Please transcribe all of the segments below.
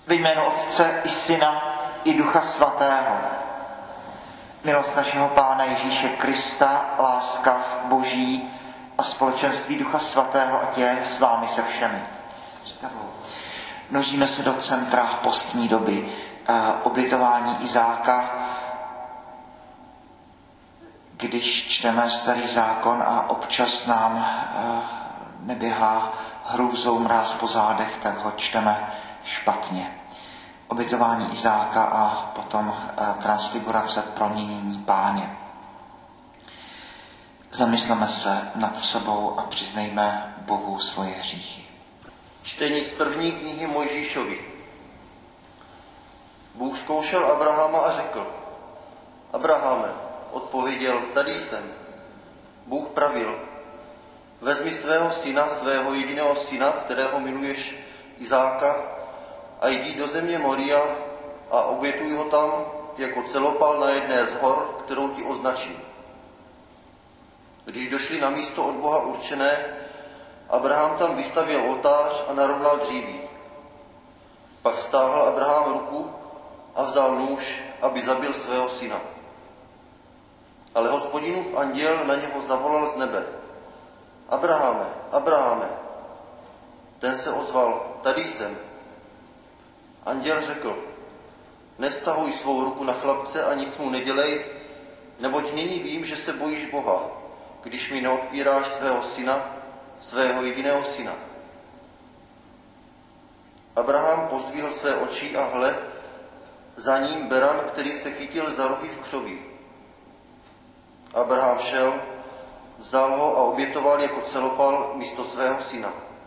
Ve jménu Otce i Syna i Ducha Svatého. Milost našeho Pána Ježíše Krista, láska Boží a společenství Ducha Svatého, ať je s vámi se všemi. Noříme se do centra postní doby, obětování Izáka. Když čteme Starý zákon a občas nám neběhá hrůzou mráz po zádech, tak ho čteme špatně. Obětování Izáka a potom transfigurace, proměnění Páně. Zamysleme se nad sebou a přiznejme Bohu svoje hříchy. Čtení z první knihy Mojžíšovi. Bůh zkoušel Abrahama a řekl: Abrahame, odpověděl, tady jsem. Bůh pravil: vezmi svého syna, svého jediného syna, kterého miluješ, Izáka, a jdi do země Moria a obětuj ho tam jako celopal na jedné z hor, kterou ti označím. Když došli na místo od Boha určené, Abraham tam vystavěl oltář a narovnal dříví. Pak vztáhl Abraham ruku a vzal nůž, aby zabil svého syna. Ale Hospodinův anděl na něho zavolal z nebe: Abrahame, Abrahame. Ten se ozval: tady jsem. Anděl řekl: nevztahuj svou ruku na chlapce a nic mu nedělej, neboť nyní vím, že se bojíš Boha, když mi neodpíráš svého syna, svého jediného syna. Abraham pozdvihl své oči a hle, za ním beran, který se chytil za rohy v křoví. Abraham šel, vzal ho a obětoval jako celopal místo svého syna.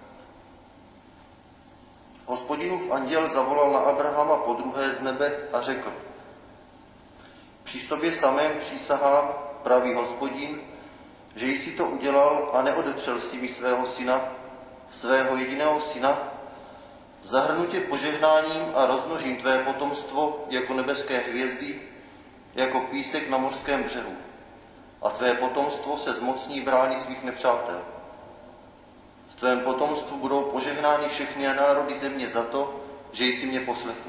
Hospodinův anděl zavolal na Abrahama podruhé z nebe a řekl: při sobě samém přísahám, praví Hospodin, že jsi to udělal a neodepřel si mi svého syna, svého jediného syna, zahrnu tě požehnáním a rozmnožím tvé potomstvo jako nebeské hvězdy, jako písek na mořském břehu. A tvé potomstvo se zmocní brání svých nepřátel. V tvém potomstvu budou požehnány všechny národy země za to, že jsi mě poslechl.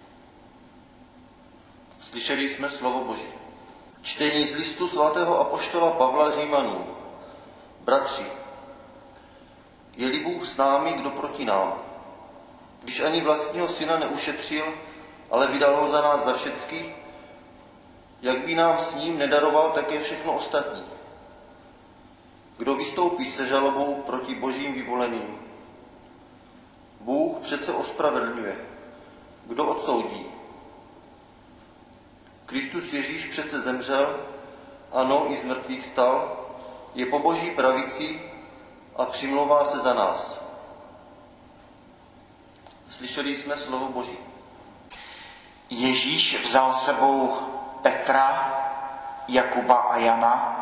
Slyšeli jsme slovo Boží. Čtení z listu svatého apoštola Pavla Římanům. Bratři, je-li Bůh s námi, kdo proti nám? Když ani vlastního syna neušetřil, ale vydal ho za nás za všecky, jak by nám s ním nedaroval také všechno ostatní? Kdo vystoupí se žalobou proti božím vyvoleným? Bůh přece ospravedlňuje. Kdo odsoudí? Kristus Ježíš přece zemřel, ano, i z mrtvých stal, je po boží pravici a přimlouvá se za nás. Slyšeli jsme slovo Boží. Ježíš vzal sebou Petra, Jakuba a Jana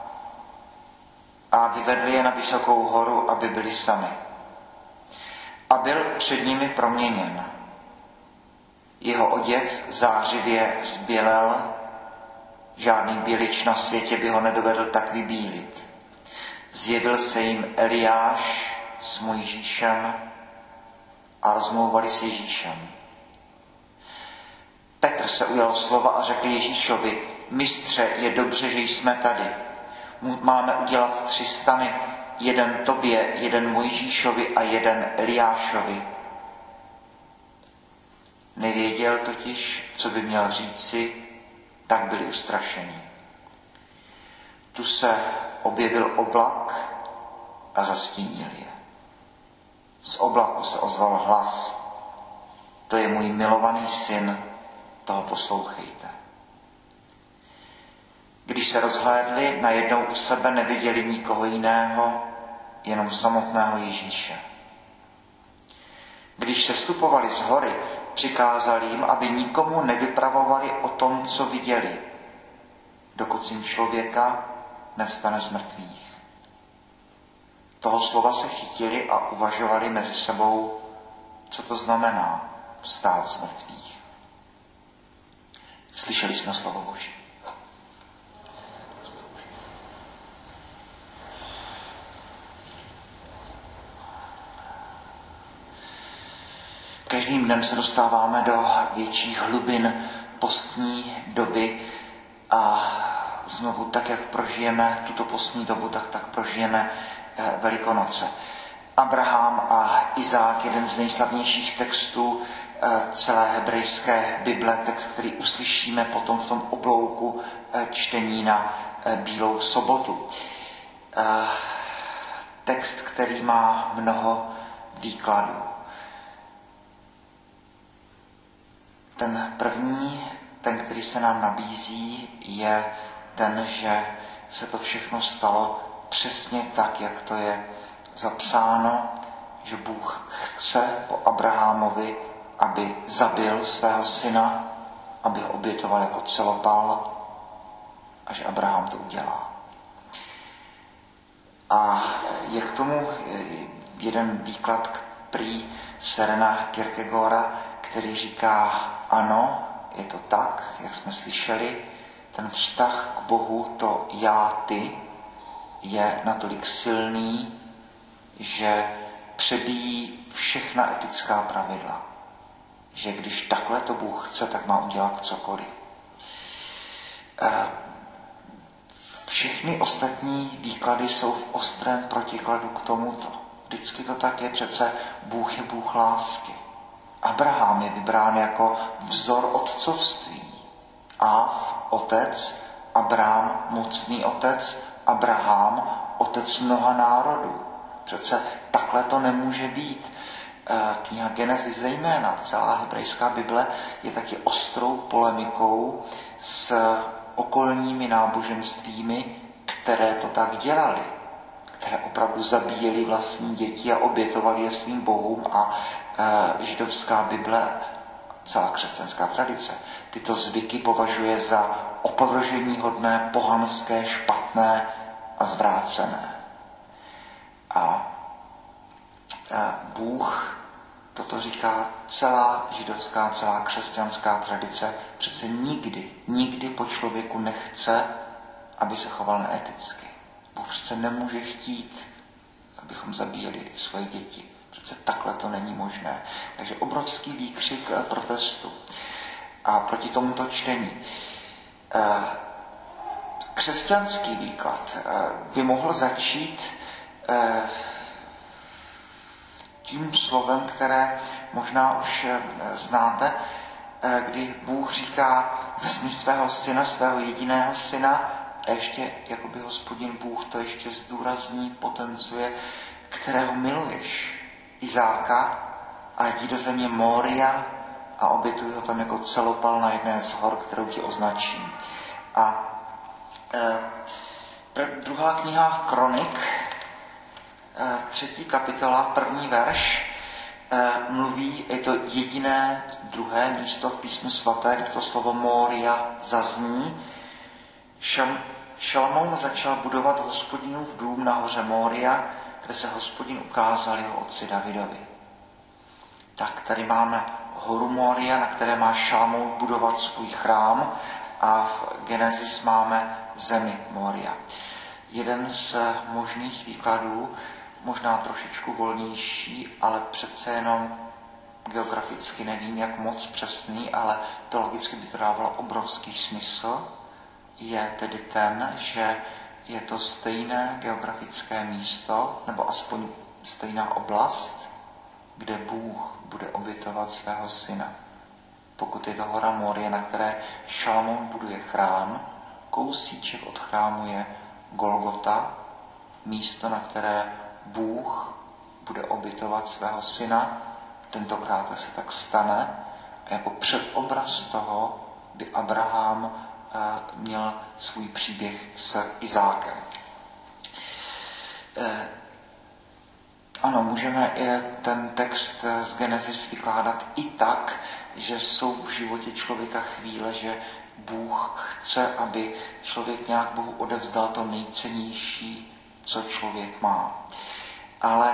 a vyvedl je na vysokou horu, aby byli sami. A byl před nimi proměněn. Jeho oděv zářivě zbělel, žádný bělič na světě by ho nedovedl tak vybílit. Zjevil se jim Eliáš s Mojžíšem a rozmlouvali s Ježíšem. Petr se ujal slova a řekl Ježíšovi: mistře, je dobře, že jsme tady. Máme udělat 3 stany, jeden tobě, jeden Mojžíšovi a jeden Eliášovi. Nevěděl totiž, co by měl říci, tak byli ustrašeni. Tu se objevil oblak a zastínil je. Z oblaku se ozval hlas: to je můj milovaný syn, toho poslouchejte. Když se rozhlédli, najednou u sebe neviděli nikoho jiného, jenom samotného Ježíše. Když se vstupovali z hory, přikázal jim, aby nikomu nevypravovali o tom, co viděli, dokud syn člověka nevstane z mrtvých. Toho slova se chytili a uvažovali mezi sebou, co to znamená vstát z mrtvých. Slyšeli jsme slovo Boží. Každým dnem se dostáváme do větších hlubin postní doby a znovu tak, jak prožijeme tuto postní dobu, tak prožijeme Velikonoce. Abraham a Izák, jeden z nejslavnějších textů celé hebrejské Bible, text, který uslyšíme potom v tom oblouku čtení na Bílou sobotu. Text, který má mnoho výkladů. Ten první, ten, který se nám nabízí, je ten, že se to všechno stalo přesně tak, jak to je zapsáno, že Bůh chce po Abrahamovi, aby zabil svého syna, aby ho obětoval jako celopal a že Abraham to udělá. A je k tomu jeden výklad prý Sørena Kierkegaarda, který říká, ano, je to tak, jak jsme slyšeli, ten vztah k Bohu, to já, ty, je natolik silný, že přebíjí všechna etická pravidla. Že když takhle to Bůh chce, tak má udělat cokoliv. Všechny ostatní výklady jsou v ostrém protikladu k tomuto. Vždycky to tak je, přece Bůh je Bůh lásky. Abraham je vybrán jako vzor otcovství. Áv, otec, Abraham, mocný otec, Abraham, otec mnoha národů. Přece takhle to nemůže být. Kniha Genesis zejména, celá hebrejská Bible je taky ostrou polemikou s okolními náboženstvími, které to tak dělali, které opravdu zabíjeli vlastní děti a obětovali je svým bohům a židovská Bible, celá křesťanská tradice, tyto zvyky považuje za opovrženíhodné, pohanské, špatné a zvrácené. A Bůh, toto říká celá židovská, celá křesťanská tradice, přece nikdy po člověku nechce, aby se choval neeticky. Bůh přece nemůže chtít, abychom zabíjeli svoje děti. Přece takhle to není možné. Takže obrovský výkřik protestu. A proti tomuto čtení. Křesťanský výklad by mohl začít tím slovem, které možná už znáte, kdy Bůh říká, vezmi svého syna, svého jediného syna, a ještě jakoby Hospodin Bůh to ještě zdůrazní, potencuje, kterého miluješ, Izáka, a jdi do země Mória a obětuj ho tam jako celopal na jedné z hor, kterou ti označím. A druhá kniha Kronik, 3. kapitola, 1. verš, mluví, je to jediné druhé místo v písmu svaté, kde to slovo Mória zazní. Šalamoun začal budovat Hospodinův dům na hoře Mória, kde se Hospodin ukázal jeho otci Davidovi. Tak tady máme horu Mória, na které má Šalamoun budovat svůj chrám, a v Genesis máme zemi Mória. Jeden z možných výkladů, možná trošičku volnější, ale přece jenom geograficky nevím, jak moc přesný, ale to logicky by to dávalo obrovský smysl, je tedy ten, že je to stejné geografické místo, nebo aspoň stejná oblast, kde Bůh bude obětovat svého syna. Pokud je to hora Mória, na které Šalamoun buduje chrám, kousíček od chrámu je Golgota, místo, na které Bůh bude obětovat svého syna. Tentokrát se tak stane a jako předobraz toho by Abraham měl svůj příběh s Izákem. Ano, můžeme ten text z Genesis vykládat i tak, že jsou v životě člověka chvíle, že Bůh chce, aby člověk nějak Bohu odevzdal to nejcennější, co člověk má. Ale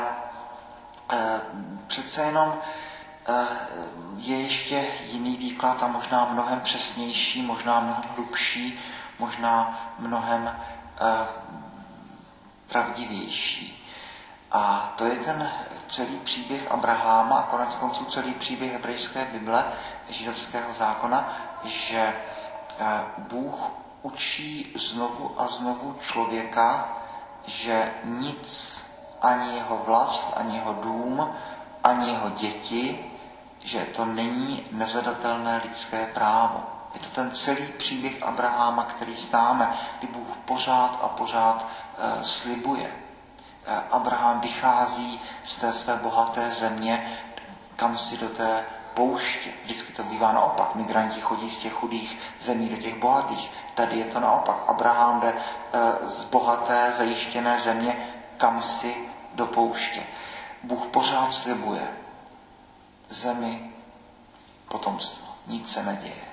přece jenom je ještě jiný výklad a možná mnohem přesnější, možná mnohem hlubší, možná mnohem pravdivější. A to je ten celý příběh Abraháma a konec konců celý příběh hebrejské Bible, židovského zákona, že Bůh učí znovu a znovu člověka, že nic, ani jeho vlast, ani jeho dům, ani jeho děti, že to není nezadatelné lidské právo. Je to ten celý příběh Abraháma, který známe, kdy Bůh pořád a pořád slibuje. Abraham vychází z té své bohaté země, kam si do té pouště. Vždycky to bývá naopak. Migranti chodí z těch chudých zemí do těch bohatých. Tady je to naopak. Abraham jde z bohaté, zajištěné země kam si do pouště. Bůh pořád slibuje zemi, potomstvo. Nic se neděje.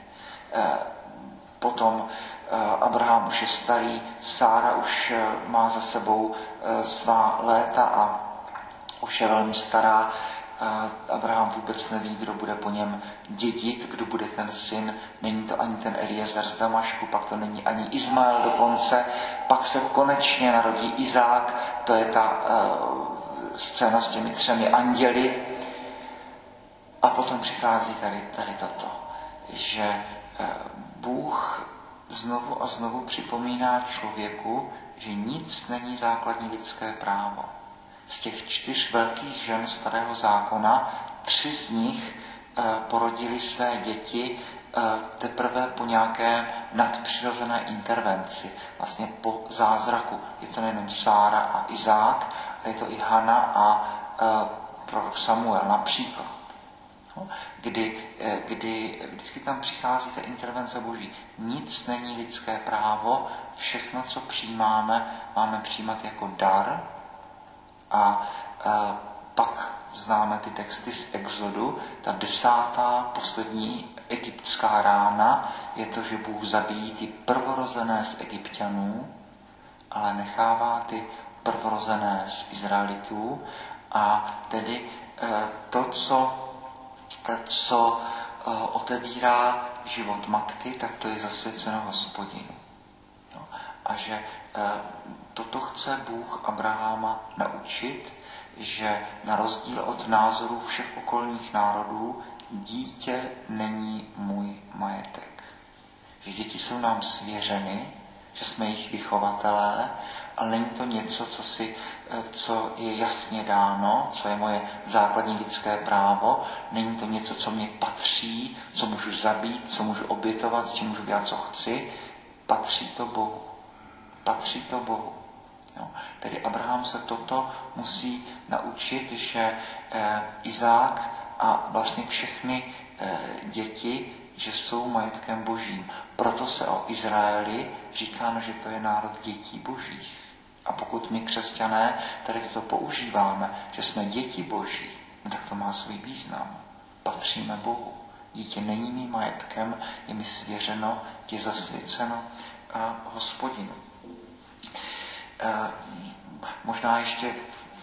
Potom Abraham už je starý, Sára už má za sebou svá léta a už je velmi stará. Abraham vůbec neví, kdo bude po něm dědit, kdo bude ten syn. Není to ani ten Eliezer z Damašku, pak to není ani Izmael dokonce. Pak se konečně narodí Izák, to je ta scéna s těmi 3 anděli. A potom přichází tady toto, že Bůh znovu a znovu připomíná člověku, že nic není základní lidské právo. Z těch 4 velkých žen starého zákona 3 z nich porodili své děti teprve po nějaké nadpřirozené intervenci, vlastně po zázraku. Je to nejenom Sára a Izák, ale je to i Hana a prorok Samuel například. Kdy vždycky tam přichází ta intervence Boží. Nic není lidské právo, všechno, co přijímáme, máme přijímat jako dar. A pak známe ty texty z Exodu, ta 10. poslední egyptská rána je to, že Bůh zabíjí ty prvorozené z Egypťanů, ale nechává ty prvorozené z Izraelitů. A tedy to, co otevírá život matky, tak to je zasvěceno Hospodinu. No, a že toto chce Bůh Abraháma naučit, že na rozdíl od názorů všech okolních národů dítě není můj majetek. Že děti jsou nám svěřeny, že jsme jejich vychovatelé, ale není to něco, co je jasně dáno, co je moje základní lidské právo. Není to něco, co mě patří, co můžu zabít, co můžu obětovat, s čím můžu dělat, co chci. Patří to Bohu. Patří to Bohu. Jo. Tedy Abraham se toto musí naučit, že Izák a vlastně všechny děti, že jsou majetkem Božím. Proto se o Izraeli říkáme, že to je národ dětí Božích. A pokud my křesťané tady toto používáme, že jsme děti Boží, no tak to má svůj význam. Patříme Bohu. Dítě není mým majetkem, je mi svěřeno, je zasvěceno Hospodinu. Možná ještě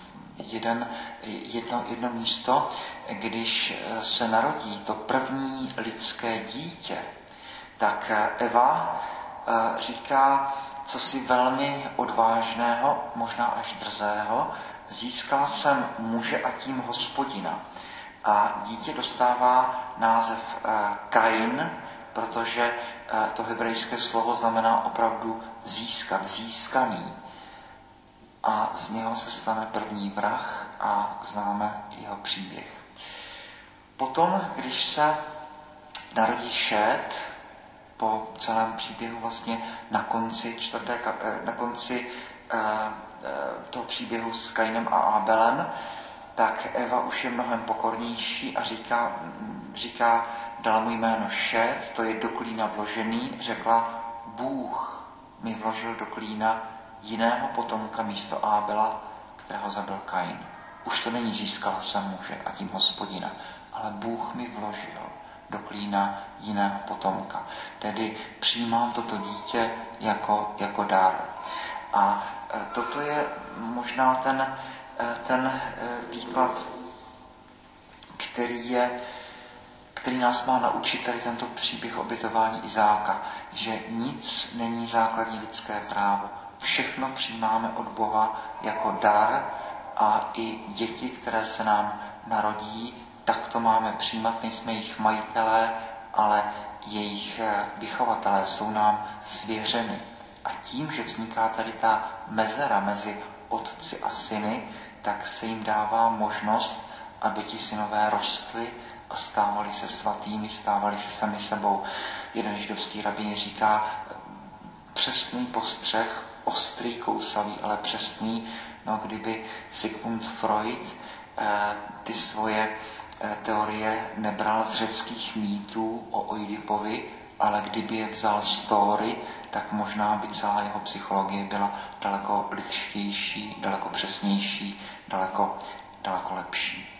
jedno místo, když se narodí to první lidské dítě, tak Eva říká cosi velmi odvážného, možná až drzého. Získala jsem muže a tím Hospodina. A dítě dostává název Kain, protože to hebrejské slovo znamená opravdu získat, získaný. A z něho se stane první vrah a známe jeho příběh. Potom, když se narodí Šét, po celém příběhu vlastně na konci toho příběhu s Kainem a Abelem, tak Eva už je mnohem pokornější a říká, dala mu jméno Šét, to je do klína vložený, řekla, Bůh mi vložil do klína jiného potomka místo Abela, kterého zabil Kain. Už to není získala jsem muže a tím Hospodina, ale Bůh mi vložil do klína jiného potomka. Tedy přijímám toto dítě jako dar. A toto je možná ten výklad, který nás má naučit tady tento příběh obětování Izáka, že nic není základní lidské právo. Všechno přijímáme od Boha jako dar a i děti, které se nám narodí, tak to máme přijímat, nejsme jejich majitelé, ale jejich vychovatelé jsou nám svěřeny. A tím, že vzniká tady ta mezera mezi otci a syny, tak se jim dává možnost, aby ti synové rostli a stávali se svatými, stávali se sami sebou. Jeden židovský rabín říká, přesný postřeh, ostrý, kousavý, ale přesný. No, kdyby Sigmund Freud ty svoje teorie nebral z řeckých mýtů o Oidipovi, ale kdyby je vzal z Tóry, tak možná by celá jeho psychologie byla daleko lidštější, daleko přesnější, daleko lepší.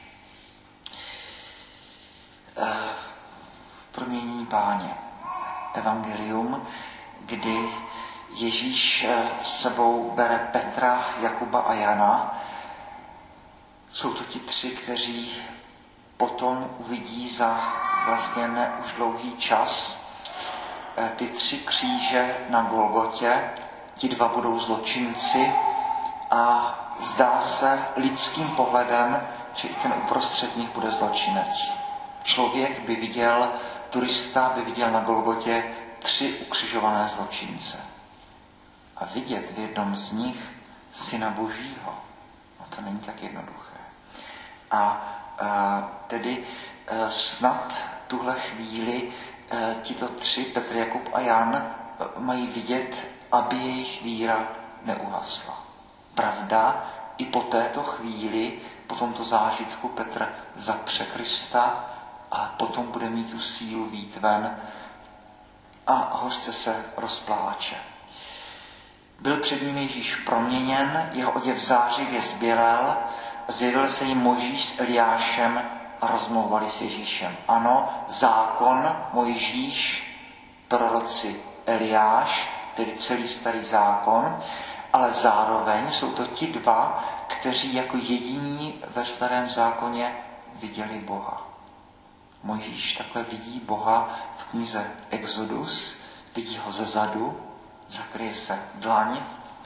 Proměnění Páně. Evangelium, kdy Ježíš s sebou bere Petra, Jakuba a Jana. Jsou to ti tři, kteří potom uvidí za vlastně ne už dlouhý čas ty tři kříže na Golgotě. Ti dva budou zločinci a zdá se lidským pohledem, že i ten uprostřed nich bude zločinec. Člověk by viděl, turista by viděl na Golgotě tři ukřižované zločince. A vidět v jednom z nich Syna Božího, no to není tak jednoduché. A tedy snad tuhle chvíli tito tři, Petr, Jakub a Jan, mají vidět, aby jejich víra neuhasla. Pravda, i po této chvíli, po tomto zážitku Petr zapře Krista a potom bude mít tu sílu vyjít ven a hořce se rozpláče. Byl před ním Ježíš proměněn, jeho oděv zářivě zbělel, zjevil se jim Mojžíš s Eliášem a rozmlouvali s Ježíšem. Ano, zákon, Mojžíš, proroci, Eliáš, tedy celý starý zákon, ale zároveň jsou to ti dva, kteří jako jediní ve starém zákoně viděli Boha. Mojžíš takhle vidí Boha v knize Exodus, vidí ho zezadu, zakryje se dlaň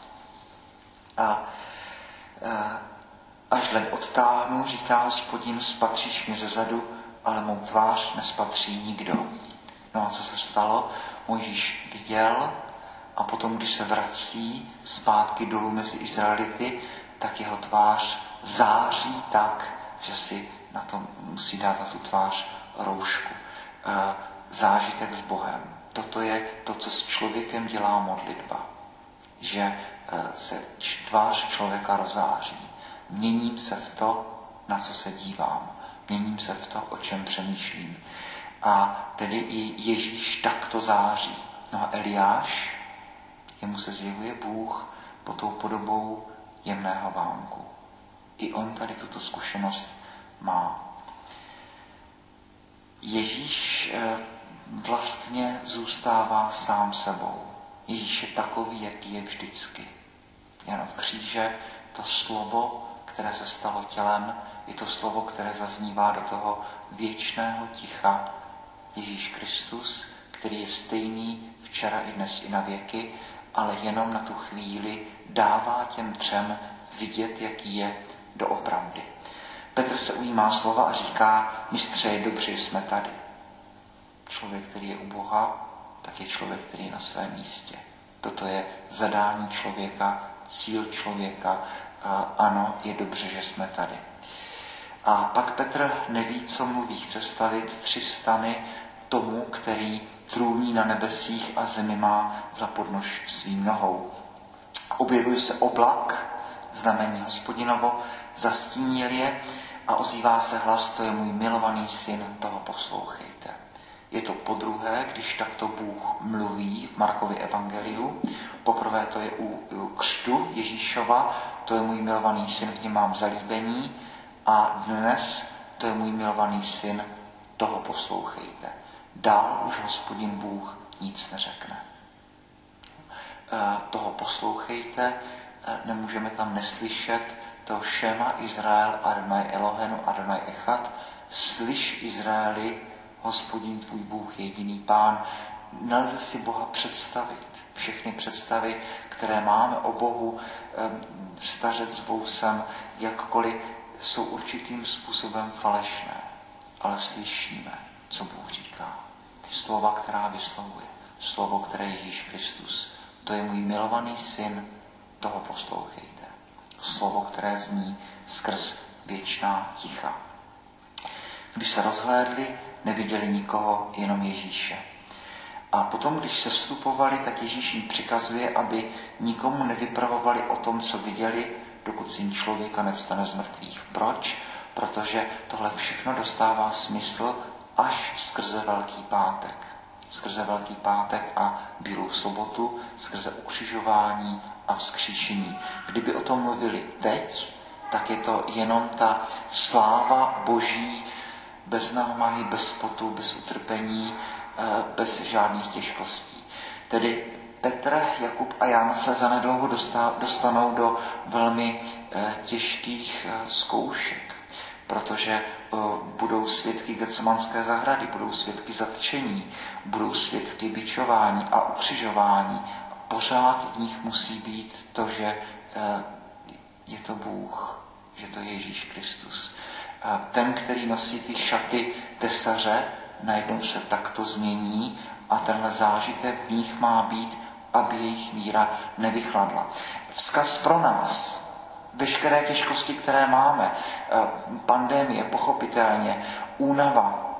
a až dlaň odtáhnu, říká Hospodin, spatříš mě zezadu, ale mou tvář nespatří nikdo. No a co se stalo? Mojžíš viděl a potom, když se vrací zpátky dolů mezi Izraelity, tak jeho tvář září tak, že si na to musí dát na tu tvář roušku. Zážitek s Bohem. Toto je to, co s člověkem dělá modlitba. Že se tvář člověka rozáří. Měním se v to, na co se dívám. Měním se v to, o čem přemýšlím. A tedy i Ježíš takto září. No a Eliáš, jemu se zjevuje Bůh pod tou podobou jemného vánku. I on tady tuto zkušenost má. Ježíš vlastně zůstává sám sebou. Ježíš je takový, jaký je vždycky. Jen od kříže to slovo, které se stalo tělem, je to slovo, které zaznívá do toho věčného ticha. Ježíš Kristus, který je stejný včera i dnes i na věky, ale jenom na tu chvíli dává těm třem vidět, jaký je doopravdy. Petr se ujímá slova a říká, mistře, je dobře, že jsme tady. Člověk, který je u Boha, tak je člověk, který je na svém místě. Toto je zadání člověka, cíl člověka. Ano, je dobře, že jsme tady. A pak Petr neví, co mluví. Chce stavit 3 stany tomu, který trůní na nebesích a zemi má za podnož svým nohou. Objevuje se oblak, znamení Hospodinovo, zastínil je a ozývá se hlas, to je můj milovaný syn, toho poslouchejte. Je to podruhé, když takto Bůh mluví v Markově evangeliu. Poprvé to je u křtu Ježíšova, to je můj milovaný syn, v něm mám zalíbení. A dnes to je můj milovaný syn, toho poslouchejte. Dál už Hospodin Bůh nic neřekne. Toho poslouchejte, nemůžeme tam neslyšet to Šema Izrael Adonai Elohenu Adonai Echad. Slyš Izraeli, Hospodin tvůj Bůh je jediný Pán. nelze si Boha představit. Všechny představy, které máme o Bohu, stařec s vousem, jakkoliv jsou určitým způsobem falešné, ale slyšíme, co Bůh říká. Ty slova, která vyslovuje, slovo, které je Ježíš Kristus, to je můj milovaný syn, toho poslouchejte. Slovo, které zní skrz věčná ticha. Když se rozhlédli, neviděli nikoho, jenom Ježíše. A potom, když se vstupovali, tak Ježíš jim přikazuje, aby nikomu nevypravovali o tom, co viděli, dokud syn člověka nevstane z mrtvých. Proč? Protože tohle všechno dostává smysl až skrze Velký pátek. Skrze Velký pátek a Bílou sobotu, skrze ukřižování a vzkříšení. Kdyby o tom mluvili teď, tak je to jenom ta sláva Boží, bez námahy, bez potu, bez utrpení, bez žádných těžkostí. Tedy Petr, Jakub a Jan se zanedlouho dostanou do velmi těžkých zkoušek, protože budou svědky Getsemanské zahrady, budou svědky zatčení, budou svědky bičování a ukřižování. Pořád v nich musí být to, že je to Bůh, že to je Ježíš Kristus. Ten, který nosí ty šaty tesaře, najednou se takto změní a tenhle zážitek v nich má být, aby jejich víra nevychladla. Vzkaz pro nás. Veškeré těžkosti, které máme, pandemie, pochopitelně, únava,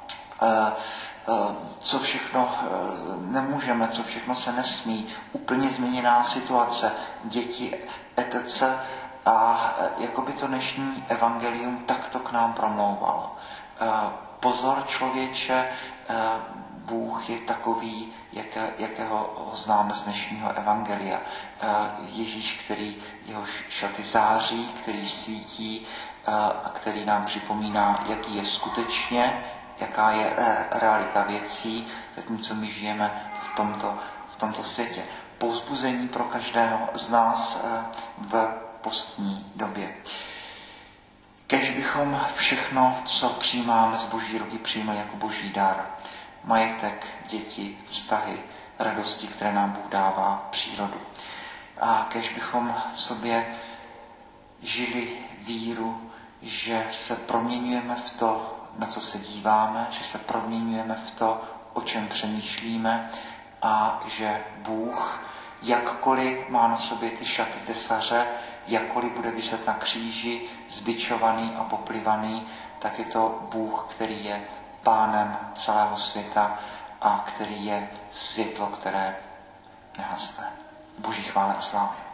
co všechno nemůžeme, co všechno se nesmí, úplně změněná situace, děti, etc. A jakoby to dnešní evangelium takto k nám promlouvalo. Pozor, člověče, Bůh je takový, jakého ho známe z dnešního evangelia. Ježíš, který jeho šaty září, který svítí a který nám připomíná, jaký je skutečně, jaká je realita věcí, zatímco my žijeme v tomto světě. Povzbuzení pro každého z nás v postní době. Kéž bychom všechno, co přijímáme z Boží ruky, přijímali jako Boží dar. Majetek, děti, vztahy, radosti, které nám Bůh dává, přírodu. A kéž bychom v sobě žili víru, že se proměňujeme v to, na co se díváme, že se proměňujeme v to, o čem přemýšlíme a že Bůh, jakkoliv má na sobě ty šaty tesaře, jakkoliv bude viset na kříži, zbičovaný a poplivaný, tak je to Bůh, který je pánem celého světa a který je světlo, které nehasne. Boží chvále a slávě.